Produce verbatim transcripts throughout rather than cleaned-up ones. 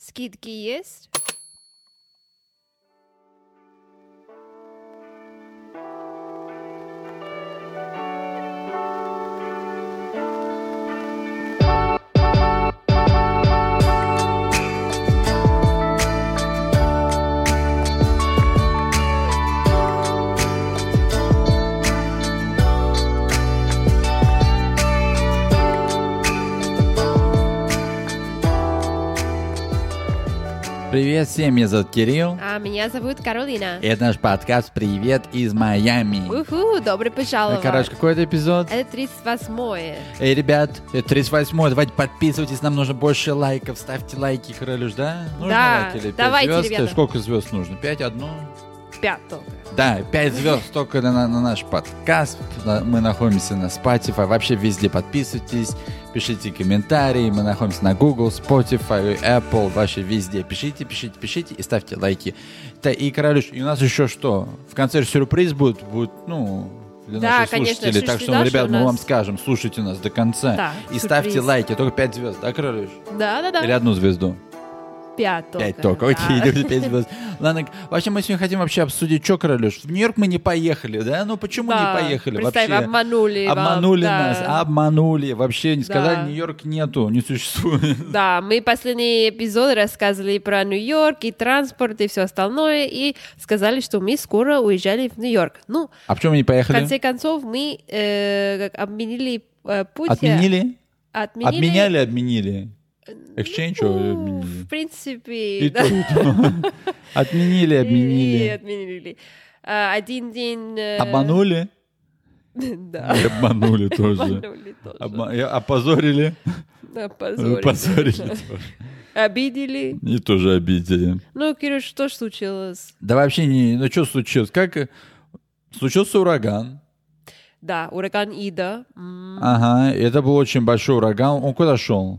Скидки есть? Привет всем, меня зовут Кирилл. А меня зовут Каролина. И это наш подкаст «Привет из Майами». Уху, добро пожаловать. Короче, какой это эпизод? Это тридцать восьмой. Эй, ребят, это тридцать восьмой, давайте подписывайтесь, нам нужно больше лайков, ставьте лайки, Королюш, да? Нужно Да, лайки или пять давайте, звезд? ребята. Сколько звезд нужно? Пять, одну? Пять только. Да, пять звезд только на, на наш подкаст. Мы находимся на Spotify, вообще везде подписывайтесь, пишите комментарии. Мы находимся на Google, Spotify, Apple, вообще везде. Пишите, пишите, пишите и ставьте лайки. Да, и, Королюш, и у нас еще что? В конце сюрприз будет, будет ну... для Да, наших конечно, слушателей. Так что, да, ребят, что у мы нас- вам скажем, слушайте нас до конца. Да, и сюрприз. ставьте лайки, только пять звезд, да, Королюш? Да-да-да. Или одну звезду? Пять только. Пять только, окей, да. идем пять звезд. Ладно, вообще мы сегодня хотим вообще обсудить, что, Королюш, в Нью-Йорк мы не поехали, да? Ну почему Да, не поехали представь, вообще? обманули вам, Обманули да. нас, обманули, вообще не сказали, Да. Нью-Йорк нету, не существует. Да, мы последний эпизод рассказывали про Нью-Йорк и транспорт и все остальное, и сказали, что мы скоро уезжали в Нью-Йорк. Ну, А почему мы не в поехали? конце концов, мы э, как обменили э, путь. Отменили? Отменили. Обменяли, обменили? Exchange Ну, или обменили? в принципе, И да. то, и то. Отменили, И обменили. отменили. А, один день... э, Обманули? Да. И обманули тоже. Обманули тоже. Обма- и Опозорили? Опозорили. Опозорили тоже. Обидели. И тоже обидели. Ну, Кирюш, что ж случилось? Да вообще не... Ну что случилось? Как... э, Случился ураган. Да, ураган Ида. М. Ага, и это был очень большой ураган. Он куда шел?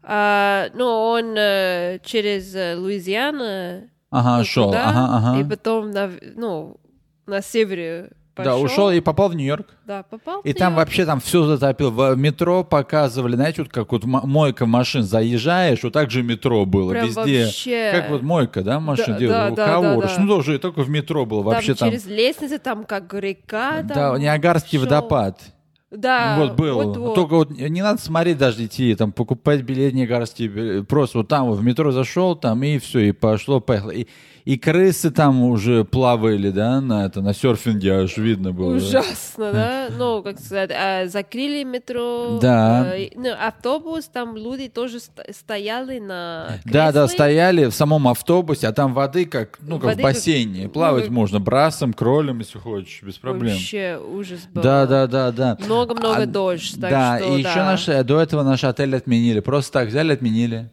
А, ну, он э, через э, Луизиану Ага, ну, шел. туда, Ага, ага. и потом на, ну, на севере пошел. Да, ушел и попал в Нью-Йорк. Да, попал. И в там Нью-Йорк. вообще там все затопило. В метро показывали, знаете, вот как вот м- мойка машин заезжаешь, вот так же метро было Прям везде. вообще. Как вот мойка, да, машин Да, делают. да, Кого? да, да, да. Ну тоже и только в метро было. Там Вообще там. через лестницы, там как река. Да, там Ниагарский шел. водопад. Да, вот был. вот-вот. Только вот не надо смотреть даже идти, там покупать билет Ниагарский. бил- Просто вот там вот в метро зашел, там и все, и пошло, поехало. И, и крысы там уже плавали, да, на это, на серфинге аж видно было. Ужасно, да? Ну, как сказать, а, закрыли метро. Да. э, ну, автобус, там люди тоже ст- стояли на Да, да, кресле. стояли в самом автобусе, а там воды как, ну, как Воды в как- бассейне. Плавать ну, можно брасом, кролем, если хочешь, без проблем. Вообще ужас был. Да, да, да, да. Много-много А, дождь, так да, что и да. еще наш, э, до этого наш отель отменили. Просто так взяли, отменили.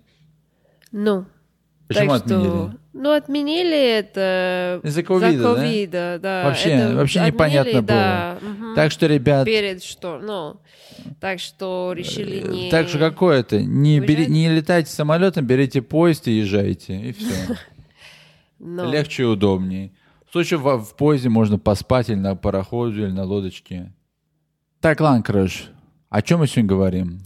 Ну, Почему так что- отменили? Ну, отменили это... Из-за ковида, да? ковида, да. Вообще, Это вообще отменили, непонятно да, было. мгм. Так что, ребят, Перед что, ну, так что решили не... э, так что какое это? Не, бери- уезжать? не летайте самолетом, берите поезд и езжайте. И все. Но. Легче и удобнее. В случае в, в поезде можно поспать или на пароходе, или на лодочке. Так, ладно, короче. О чем мы сегодня говорим?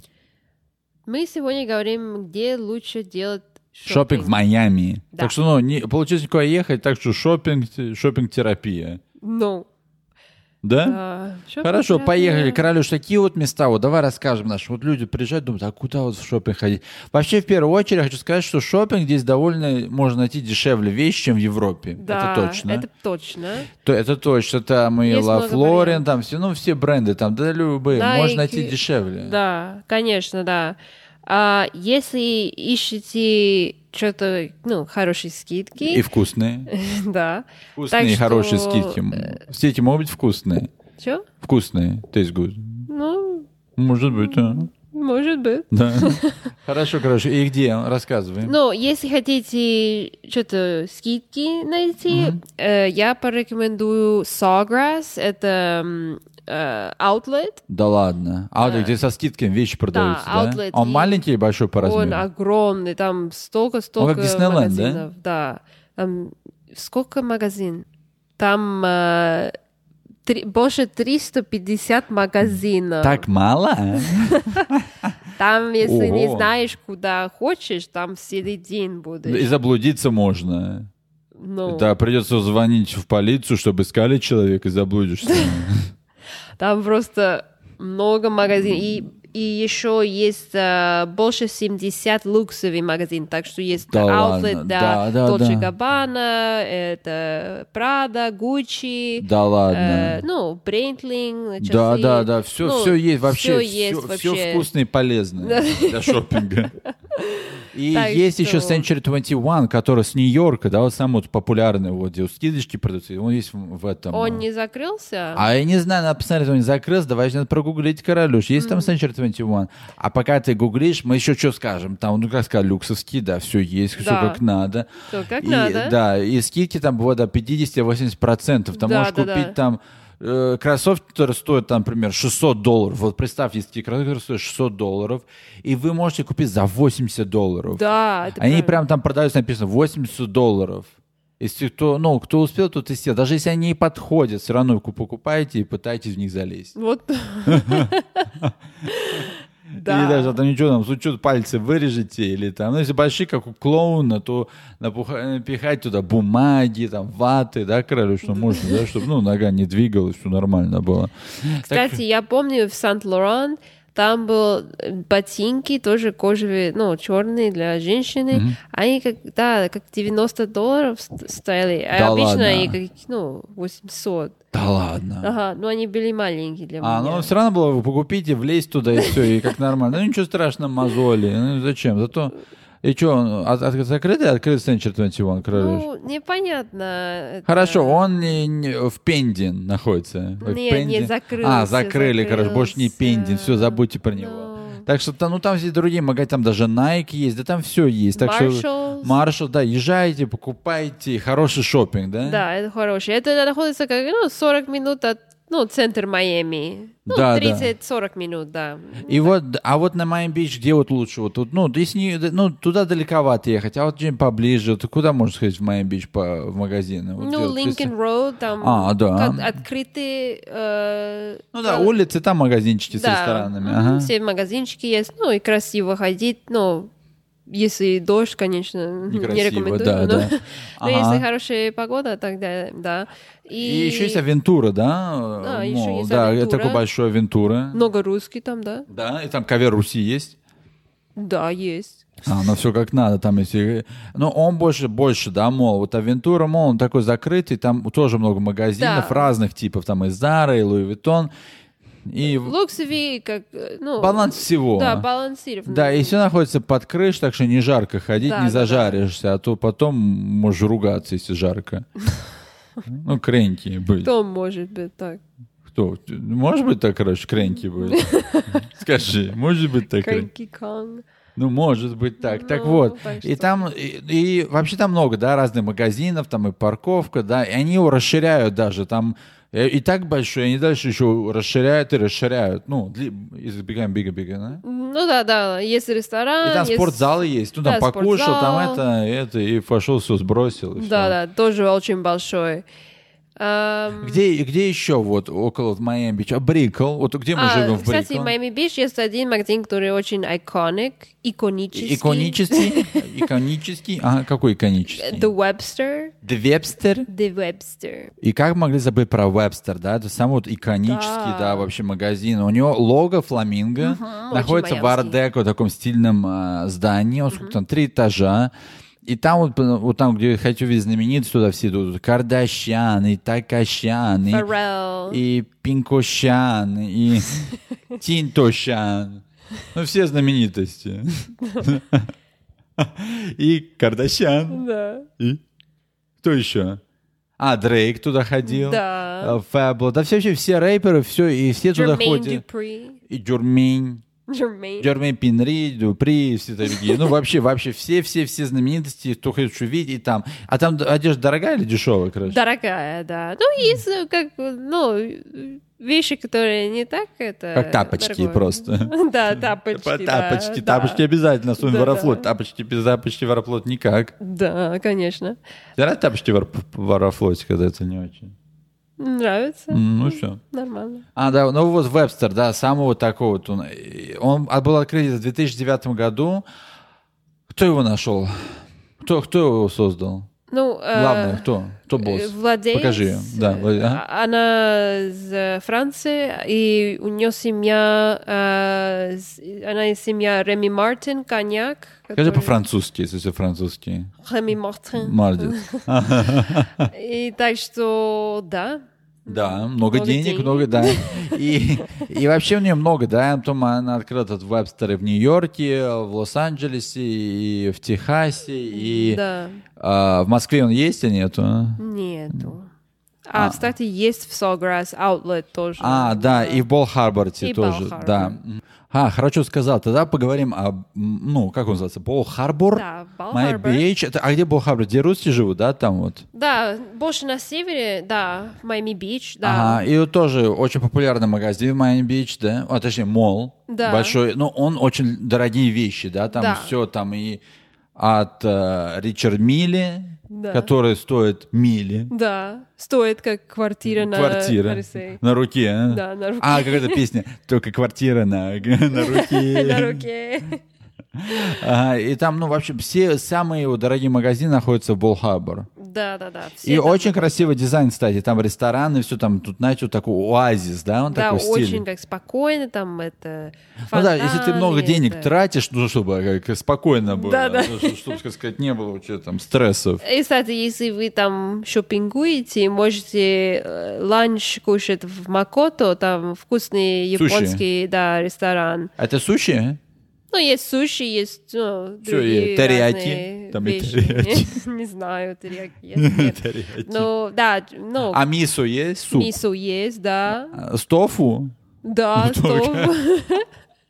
Мы сегодня говорим, где лучше делать шопинг. Шопинг в Майами. Да. Так что, ну, не, получится никуда ехать, так что шопинг, шопинг-терапия. Ну, Да? да. Шопинг Хорошо, терапия. поехали. Королюш, такие вот места, вот давай расскажем нашим. Вот люди приезжают, думают, а куда вот в шопинг ходить? Вообще, в первую очередь, хочу сказать, что шопинг здесь довольно можно найти дешевле вещи, чем в Европе. Да, это точно. это точно. То, это точно. Там и Есть Ла много Флорен, вариантов. там все, ну, все бренды, там, да, любые. Nike. Можно найти дешевле. Да, конечно, да. А если ищете что-то, ну, хорошие скидки, И вкусные. да. Вкусные Так и хорошие что, скидки. Все эти могут быть вкусные. Что? Вкусные. Taste good. Ну, Может быть, да. может быть. Да. Хорошо, хорошо. И где? Рассказывай. Но если хотите что-то скидки найти, э, я порекомендую Sawgrass. Это м, э, outlet. Да ладно. А вот где со скидками вещи продаются, да? outlet. Он И маленький или большой по Он размеру? огромный, там столько-столько Он как Диснейленд, да? магазинов. Да? Там сколько магазин? Там э, три, больше триста пятьдесят магазинов. Так мало? Там, если Ого. не знаешь, куда хочешь, там целый день будешь. И заблудиться можно. Ну, Да, придется звонить в полицию, чтобы искали человека, и заблудишься. там просто много магазинов. И, и еще есть uh, больше семьдесят люксовый магазин, так что есть Да outlet, ладно? да, Да, да, Dolce да. Gabbana, это Prada, Gucci, Да ладно. э, ну, Breitling, часы. Да, да, да, все, Ну, все есть, вообще, всё есть все, вообще. вкусное и полезное для шопинга. И Так есть еще что- Century двадцать один, который с Нью-Йорка, да, вот самый вот популярный, вот, где скидочки продаются, он есть в, в этом. Он не закрылся? А я не знаю, надо посмотреть, он не закрылся, давай надо прогуглить, королюш. Есть там Century двадцать один. А пока ты гуглишь, мы еще что скажем? Там, ну, как сказать, люксовские, да, все есть, все Да. как надо. Всё как И, надо. Да, и скидки там бывают до пятьдесят-восемьдесят процентов. Ты Да, можешь да, купить да. там э, кроссовки, которые стоят, там, например, шестьсот долларов. Вот представь, есть такие кроссовки, которые стоят шестьсот долларов, и вы можете купить за восемьдесят долларов. Да, это Они правильно. прям там продаются, написано восемьдесят долларов. Если кто, ну, кто успел, тот и сел. Даже если они не подходят, все равно вы покупаете и пытаетесь в них залезть. Вот. Или даже там ничего, там, что-то пальцы вырежете, или там, ну, если большие, как у клоуна, то напуха- напихать туда бумаги, там, ваты, да, короче, что можно, да, чтобы, ну, нога не двигалась, все нормально было. Так- Кстати, я помню в Сент-Лоран там был ботинки, тоже кожевые, ну, черные для женщины. Они как, да, как девяносто долларов ст- стоили. А Да обычно ладно? они как, ну, восемьсот. Да ладно. Ага, но они были маленькие для А, меня. ну все равно было, вы покупите, влезть туда и все, и как нормально. Ну ничего страшного, мозоли, ну зачем? Зато, и что, от, от, закрытый, открытый Century двадцать один, королёш? Ну, непонятно. это- Хорошо, он не, не- в Пендин находится. В Не, Пенди. не, закрылся, А, закрыли, короче, больше не закрылся. Пендин, все, забудьте про него. Ну. Так что там, ну там есть другие магазины, там даже Nike есть, да там все есть. Так что Marshalls. Marshall, да, езжайте, покупайте, хороший шопинг, да? Да, это хорошее. Это находится как, ну, сорок минут от, ну, центр Майами. Ну, Да, да. тридцать-сорок минут, да. И вот, а вот на Майами-Бич, где вот лучше? Вот тут, ну, если не, ну, туда далековато ехать, а вот где-нибудь поближе, вот куда можно сходить в Майами-Бич по, в магазины? Вот где Ну, вот, Линкольн если- Роуд, там А, да. как открытые... э, Ну да, э, улицы, там магазинчики с да, ресторанами. мгм, Ага. все магазинчики есть, ну, и красиво ходить, ну, если дождь, конечно, не Некрасиво, рекомендую. да, но, да. но Ага. если хорошая погода, тогда, да. И, И еще есть Авентура, да? Да, Мол, еще есть да, Авентура. это такой большой Авентура. много русских там, да? Да, и там ковер Руси есть. Да, есть. А, ну все как надо, там если... Ну, он больше, больше, да, мол, вот Авентура, мол, он такой закрытый, там тоже много магазинов Да. разных типов, там и Zara, и Louis Vuitton, и Луксовый, как, э, ну... баланс всего. Да, балансированный. Да, и все находится под крышей, так что не жарко ходить, Да, не да, зажаришься, а то потом можешь ругаться, если жарко. Ну, кренки быть. Кто может быть так? Кто? Может быть так, короче, кренки будет? Скажи, может быть так? Крэнки Конг. Ну, может быть так. Так Ну, вот, так и что- там, и, и вообще там много, да, разных магазинов, там и парковка, да, и они его расширяют даже, там э, и так большой, они дальше еще расширяют и расширяют, ну, дли- избегаем бига-бига, да? Ну да, да, есть ресторан. И там есть- спортзалы есть, ну, там да, покушал, там спортзал. это, это, и пошел, все сбросил. и всё. Да, да, тоже очень большой. Ам, Где, где еще вот около Майами-Бич? А Брикл? Вот где мы а, живем в кстати, Брикл? в Майами-Бич есть один магазин, который очень iconic, иконический. Иконический? Иконический? Ага, какой иконический? The Webster. The Webster? The Webster. И как могли забыть про Webster, да? Это самый вот иконический, да, Да. вообще магазин. У него лого фламинго находится в очень ар-деко, таком стильном а, здании. Он сколько там, три этажа. И там вот, вот там, где хочу видеть знаменитость, туда все идут. Кардашьян, и Такашьян, и, Фаррелл. и Пинкошян, и Тинтошян. Ну, все знаменитости. И Кардашьян. Да. И кто еще? А, Дрейк туда ходил. Да. Фэбло. Да все, вообще все рэперы, все, и все туда Джермейн ходят. Дюпри. И Джурмейн. Джермейн. Джермейн Пинри, Дюпри, все такие. Ну, вообще, вообще, все-все-все знаменитости, кто хочет увидеть, и там. А там одежда дорогая или дешевая, короче? Дорогая, да. Ну, есть э, как, ну, вещи, которые не так это... Как тапочки дорогое. просто. Да, тапочки, Типа да, Тапочки, да. тапочки обязательно, особенно Да, Варафлот. да. Тапочки без тапочки Варафлот никак. Да, конечно. Ты рад тапочки в Варафлоте, когда это не очень? Нравится. Ну, все. Нормально. А, да, ну вот Вебстер, да, самого такого вот. Он, он был открыт в две тысячи девятом году. Кто его нашел? Кто, кто его создал? Ну, Главное, э, кто? Кто босс? Владелец. Покажи. Да, владе- ага. Она из Франции, и у нее семья, э, с- она из семья Реми Мартин, коньяк. Скажи который- по-французски, если все французский. Реми Мартин. Молодец. И так что, да. Да, много, Много денег, денег. много, да. И, и вообще у нее много, да. Потом она открыла этот Вебстер и в Нью-Йорке, в Лос-Анджелесе, и в Техасе, и Да. а, в Москве он есть, а нету? Нету. А, кстати, есть в Sawgrass Outlet тоже. А, да, и в Бол-Харборте И тоже, Бол-Харбор. да. А, хорошо сказал. Тогда поговорим о, м, ну, как он называется, Бол-Харбор? Да, Май Бол-Харбор. Бич. Это, а где Бол-Харбор? Где русские живут, да, там вот? Да, больше на севере, да, Майами-Бич, да. Ага, и вот тоже очень популярный магазин в Майами-Бич, да, а, точнее, молл Да. большой, но он очень дорогие вещи, да, там Да. все там и от э, Ричард Милли, Да. который стоит мили, Да, стоит как квартира на квартира Марсей. на руке. а? Да, на руке. А, какая-то песня, только квартира на, на руке. На руке. Ага, и там, ну, вообще, все самые вот дорогие магазины находятся в Бол-Харбор. Да, да, да. И очень красивый дизайн, кстати. Там рестораны, все там, тут, знаете, вот такой оазис, да, он Да, такой стиль. очень как спокойно, там это Ну да, если ты много фонтаны, денег это- тратишь, ну, чтобы как спокойно было, Да, да. ну, чтобы, так сказать, не было у тебя там стрессов. И, кстати, если вы там шопингуете, можете э, ланч кушать в Макото, там вкусный Суши. японский, да, ресторан. А это суши? Ну, есть суши, есть, ну, Всё, другие и терияки. разные Там и вещи. терияки. Не знаю, терияки есть, нет. Терияки. Ну, да, ну, А мисо есть? Суп? мисо есть, да. А, С тофу? Да, Ну, только. стоп.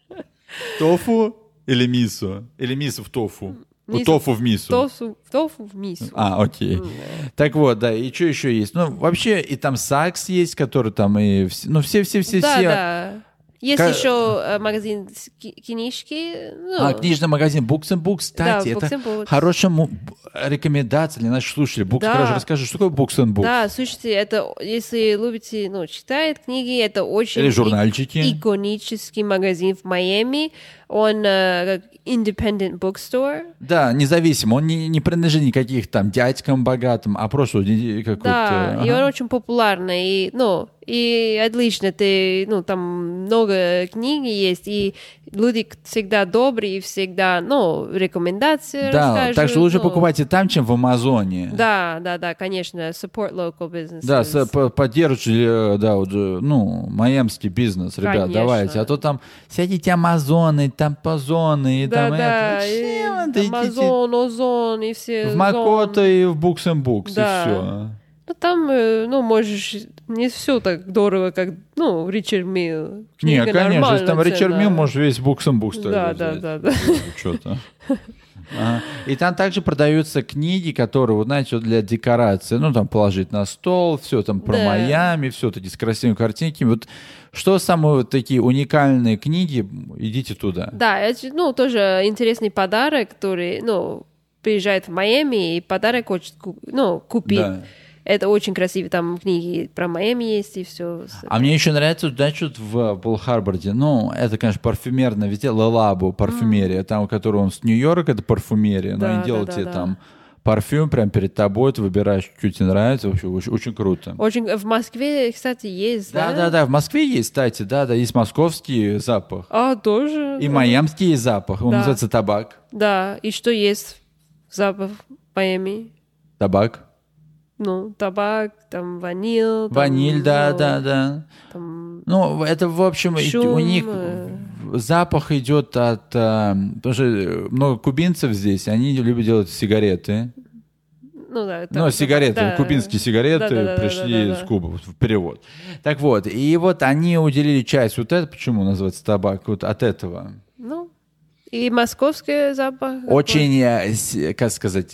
Тофу или мисо? Или мисо в тофу? Ну, Мисо. тофу в мису. Тофу, тофу в мису. А, окей. Так вот, да, и что еще есть? Ну, вообще, и там сакс есть, который там и... вс- Ну, все-все-все-все... Да, да. Есть Ка- еще э, магазин с ки- книжки. Ну, А, книжный магазин Books and Books, кстати, Да, Books это and Books. хорошая му- рекомендация для наших слушателей. Books, Да. хорошо, расскажи, что такое Books and Books? Да, слушайте, это, если любите, ну, читать книги, это очень Или журнальчики. и- иконический магазин в Майами. Он э, как independent bookstore. Да, независимо, он не, не принадлежит никаких там дядькам богатым, а просто не- какой-то... Да, и ага. он очень популярный. И, ну, и отлично, ты, ну, там много книг есть, и люди всегда добрые, всегда, ну, рекомендации Да, расскажут. так что лучше ну. покупать и там, чем в Амазоне. Да, да, да, конечно, support local businesses. Да, с- по- поддержите, да, вот, же, ну, майамский бизнес, ребят, Конечно. давайте. А то там всякие Амазоны, там Позоны, и Да, там да, это. и Зачем это? Идите Amazon, Озон, и все в Макото зоны. и в Books and Books, Да. и все. Ну, там, э, ну, можешь, не все так дорого, как, ну, Ричард Милл. Не, Книга конечно, если там нормальная Ричард цена. Милл, можешь весь Books and Books Да, тогда да, взять. да, да. Что-то. Ага. И там также продаются книги, которые, вот, знаете, вот для декорации, ну, там положить на стол, все там про Да. Майами, все такие с красивыми картинками. Вот что самые вот такие уникальные книги, идите туда. Да, это, ну, тоже интересный подарок, который, ну, приезжает в Майами, и подарок хочет, ку- ну, купить. Да. Это очень красиво, там книги про Майами есть, и все. А мне еще нравится, вот, знаете, вот в Бол-Харборде, ну, это, конечно, парфюмерная, везде Лалабу парфюмерия, там, у которого он с Нью-Йорка, это парфюмерия, но Да, они да, делают да, тебе да. там парфюм прям перед тобой, ты выбираешь, что тебе нравится, вообще очень, очень круто. Очень, в Москве, кстати, есть, да? Да, да, да, в Москве есть, кстати, да, да, есть московский запах. А, тоже? И майамский есть запах, он Да. называется табак. Да, и что есть запах в Майами? Табак. Ну, табак, там ваниль. там, Ваниль, да, ну, да, да. Там Ну, это, в общем, и- шум, у них э. запах идет от... э, потому что много кубинцев здесь, они любят делать сигареты. ну, да, Ну, там- сигареты, да. кубинские сигареты Да-да-да-да-да-да. пришли с Кубы, в перевод. Так вот, и вот они уделили часть вот это, почему называется табак, вот от этого. Ну, и московский запах. какой? Очень, э, с- как сказать,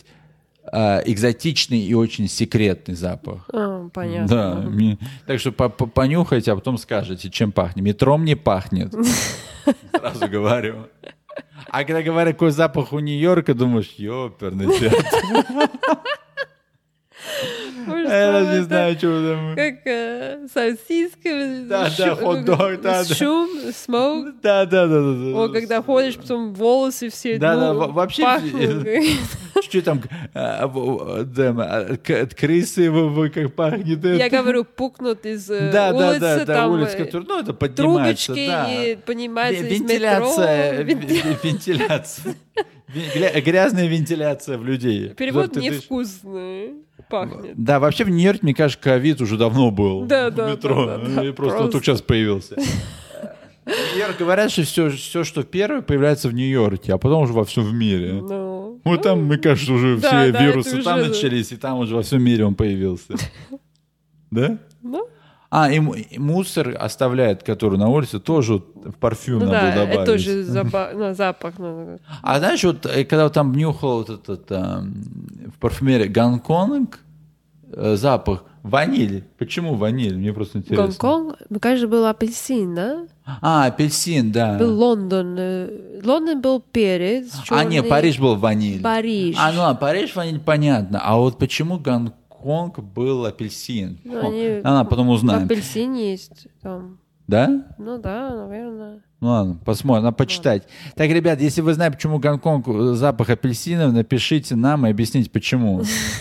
э, экзотичный и очень секретный запах. А, понятно. Да, мне- так что по- по- понюхайте, а потом скажете, чем пахнет. Метром не пахнет. Сразу говорю. А когда говорят, какой запах у Нью-Йорка, думаешь, ёперный театр. Я даже не знаю, что там. Как э, сосиска. Да, шу- да, хот-дог, да, да. Шум, смоук. Да, да, да, да. О, когда ходишь, потом волосы все Да, да, ну, во- вообще пахнут. Что там, а, в- да, а, к- от крысы вы- вы как пахнет? Я это? говорю, пукнут из э, Да, да, улицы, да, да, там улица, э, которая, ну, это поднимается, трубочки да. и поднимается Ве- из Вентиляция, метро. ве- ве- вентиляция. Ве- гря- Грязная вентиляция в людей. Перевод Ты- ты- невкусный. Пахнет. Да, вообще в Нью-Йорке, мне кажется, ковид уже давно был. Да, в да, метро. да, да, да. И просто, он Просто. только сейчас появился. В Нью-Йорке говорят, что все, все, что первое, появляется в Нью-Йорке, а потом уже во всем в мире. Ну, Вот там, мне кажется, уже Да, все да, вирусы это там уже- начались, и там уже во всем мире он появился. Да? ну, А, и, м- и мусор оставляет, который на улице, тоже вот в парфюм ну надо да, добавить. это тоже запах, ну, запах. ну, А знаешь, вот э, когда вот там нюхал вот этот эм, в парфюмерии Гонконг, э, запах ваниль. Почему ваниль? Мне просто интересно. Гонконг, мне кажется, был апельсин, да? А, апельсин, да. Был Лондон. э, Лондон был перец. А, не, чёрный. Париж был ваниль. Париж. А, ну, а Париж ваниль, понятно. А вот почему Гонконг был апельсин? Ну, Хо, они- Ладно, потом узнаем. Апельсин есть там. Да? Ну да, наверное. Ну ладно, посмотрим, надо почитать. Так, ребят, если вы знаете, почему Гонконг э, запах апельсинов, напишите нам и объясните, почему.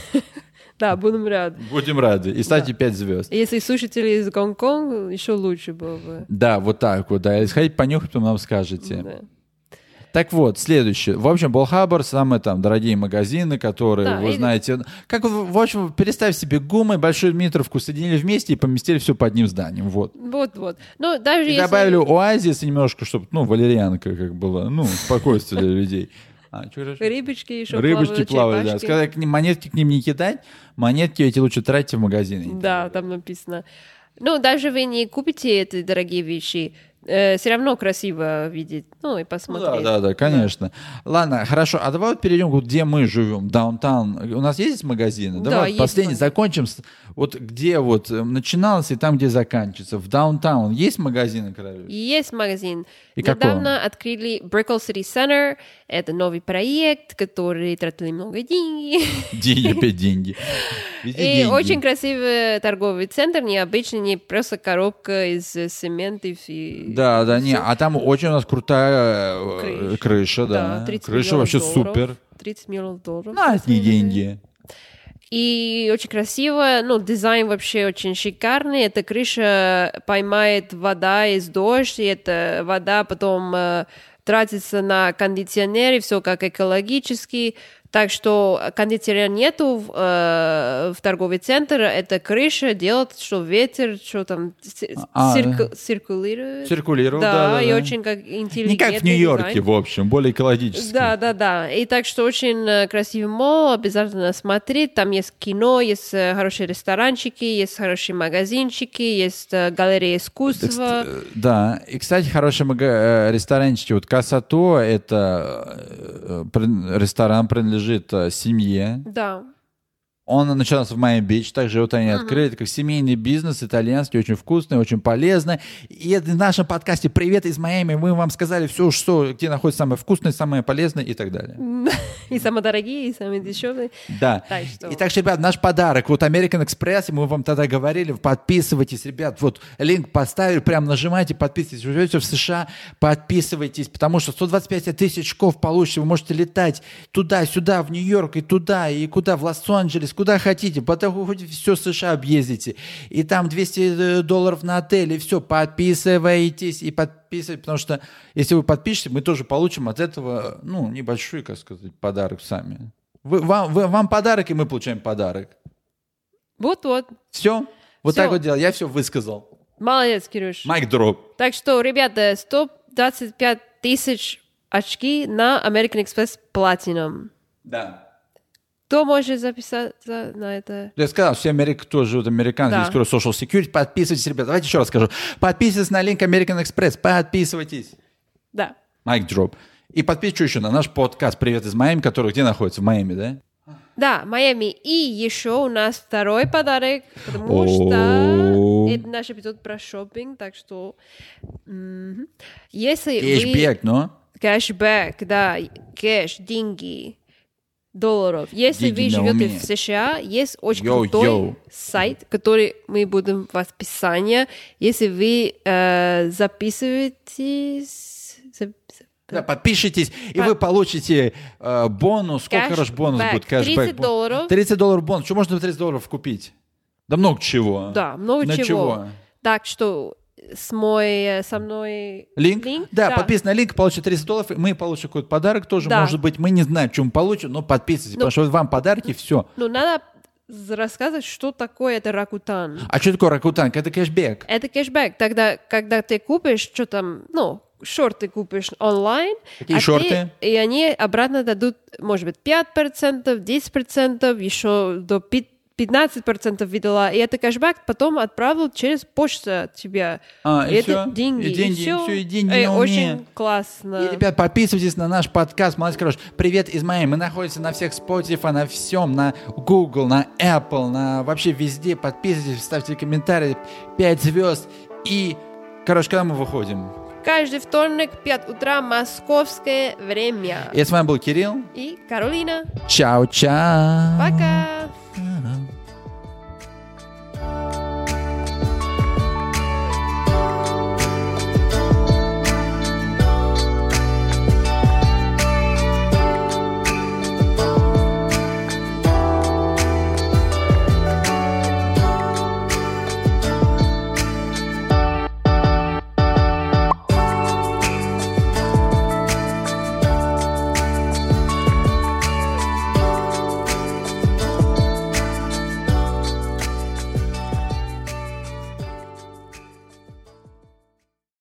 Да, будем рады. Будем рады. И ставьте пять звезд. Если слушатели из Гонконга, еще лучше было бы. Да, вот так вот, да. Если хотите понюхать, то нам скажете. Да. Так вот, следующее. В общем, Болхабр, самые там дорогие магазины, которые, Да, вы и- знаете... Как, в в общем, представь себе, ГУМ и Большую Дмитровку соединили вместе и поместили все под одним зданием. Вот. Вот-вот. Ну, даже И если... добавили оазис немножко, чтобы, ну, валерьянка как было, ну, спокойствие для людей. А, что говоришь? Рыбочки еще Рыбочки плавают, плавают, да. черепашки. Сказали, к ним- монетки к ним не кидать, монетки эти лучше тратить в магазине. Да, там написано. Ну, даже вы не купите эти дорогие вещи, все равно красиво видеть, ну, и Ну посмотреть. да, да, да, конечно. Ладно, хорошо. А давай вот перейдем, вот где мы живем, даунтаун. У нас есть здесь магазины? Да, Давай есть последний магазин. закончим. с- Вот где вот э, начиналось и там, где заканчивается. В даунтаун есть магазины, Королев? И есть магазин. И какой он? Недавно открыли Brickell City Center. Это новый проект, который тратили много денег. Деньги, опять деньги. Везде И деньги. очень красивый торговый центр, необычный, не просто коробка из э, цемента и... Да, да, не, а там очень у нас крутая э, Крыша. крыша, да. тридцать Крыша миллионов вообще долларов. супер. тридцать миллионов долларов. На одни деньги. И очень красиво, ну, дизайн вообще очень шикарный. Эта крыша поймает вода из дождя, и эта вода потом э, тратится на кондиционер, и все как экологически. Так что кондиционера нету в, э, в торговый центр, эта крыша делает, что ветер, что там ци- А, цирку- циркулирует. Циркулировал, Да, да, да, и да. очень как интеллигентный Не как в Нью-Йорке, дизайн. в общем, более экологически. Да, да, да. И так что очень э, красивый мол, обязательно смотреть. Там есть кино, есть э, хорошие ресторанчики, есть хорошие магазинчики, есть э, галерея искусства. Э, Да, и, кстати, хороший мага- э, ресторанчик, вот Касато, это э, прин- ресторан принадлежит э, семье. Да. Он начался в Майами-Бич, также вот они открыли, это как семейный бизнес, итальянский, очень вкусный, очень полезный. И это в нашем подкасте «Привет из Майами», мы вам сказали все, что, где находится самое вкусное, самое полезное и так далее. И самые дорогие, и самые дешевые. Да. Так что- И так что, ребят, наш подарок. Вот American Express, мы вам тогда говорили, подписывайтесь, ребят. Вот линк поставили, прям нажимайте, подписывайтесь. Вы живете в США, подписывайтесь, потому что сто двадцать пять тысяч очков получите. Вы можете летать туда-сюда, в Нью-Йорк, и туда, и куда, в Лос-Анджелес, куда хотите. Потом хоть все США объездите. И там двести долларов на отель, и все, подписывайтесь и подписывайтесь, потому что если вы подпишетесь, мы тоже получим от этого, ну, небольшой, как сказать, подарок сами. Вы, вам, вы- вам подарок, и мы получаем подарок. Вот-вот. Все? Вот Всё. так вот делал. Я все высказал. Молодец, Кирюш. Майк дроп. Так что, ребята, сто двадцать пять тысяч очки на American Express Platinum. Да. Кто может записаться на это? Я сказал, все америк... кто живут американцы, Да. есть кто social security, подписывайтесь, ребята. Давайте еще раз скажу. Подписывайтесь на линк American Express. Подписывайтесь. Да. Майк дроп. И подписывайтесь еще на наш подкаст «Привет из Майами», который где находится? В Майами, да? Да, Майами. И еще у нас второй подарок, потому О. что это наш эпизод про шопинг, так что мгм. если вы... Кэшбэк, но... Кэшбэк, да, кэш, деньги. долларов. Если Деньги вы на живете уме. в США, есть очень Йоу, крутой йоу. сайт, который мы будем в описании. Если вы э, записываетесь... за- за- Да, подпишитесь, и По- вы получите э, бонус. Сколько, Кэш- короче, бонус бэк. будет? Кэшбэк. тридцать долларов. тридцать долларов бонус. Что можно за тридцать долларов купить? Да много чего. Да, много На чего. чего? Так что с мой, э, со мной Линк? Да, да. подписывайтесь на линк, получите тридцать долларов, и мы получим какой-то подарок тоже, Да. может быть, мы не знаем, что мы получим, но подписывайтесь, потому что вам подарки, все. Ну, надо рассказать, что такое это Rakuten. А что такое Rakuten? Это кэшбэк. Это кэшбэк. Тогда, когда ты купишь, что там, ну, шорты купишь онлайн, Какие а шорты? ты- и они обратно дадут, может быть, пять процентов, десять процентов, еще до пи- пятнадцать процентов видела, и это кэшбэк потом отправил через почту тебя. А, и это всё? деньги. И деньги, и всё. всё, и деньги Эй, на уме. очень классно. И, ребят, подписывайтесь на наш подкаст «Молодец, хорош». Привет из Майами. Мы находимся на всех Spotify, на всем, на Google, на Apple, на вообще везде. Подписывайтесь, ставьте комментарии, пять звезд. И, короче, когда мы выходим? Каждый вторник, пять утра, московское время. И с вами был Кирилл. И Каролина. Чао-чао. Пока!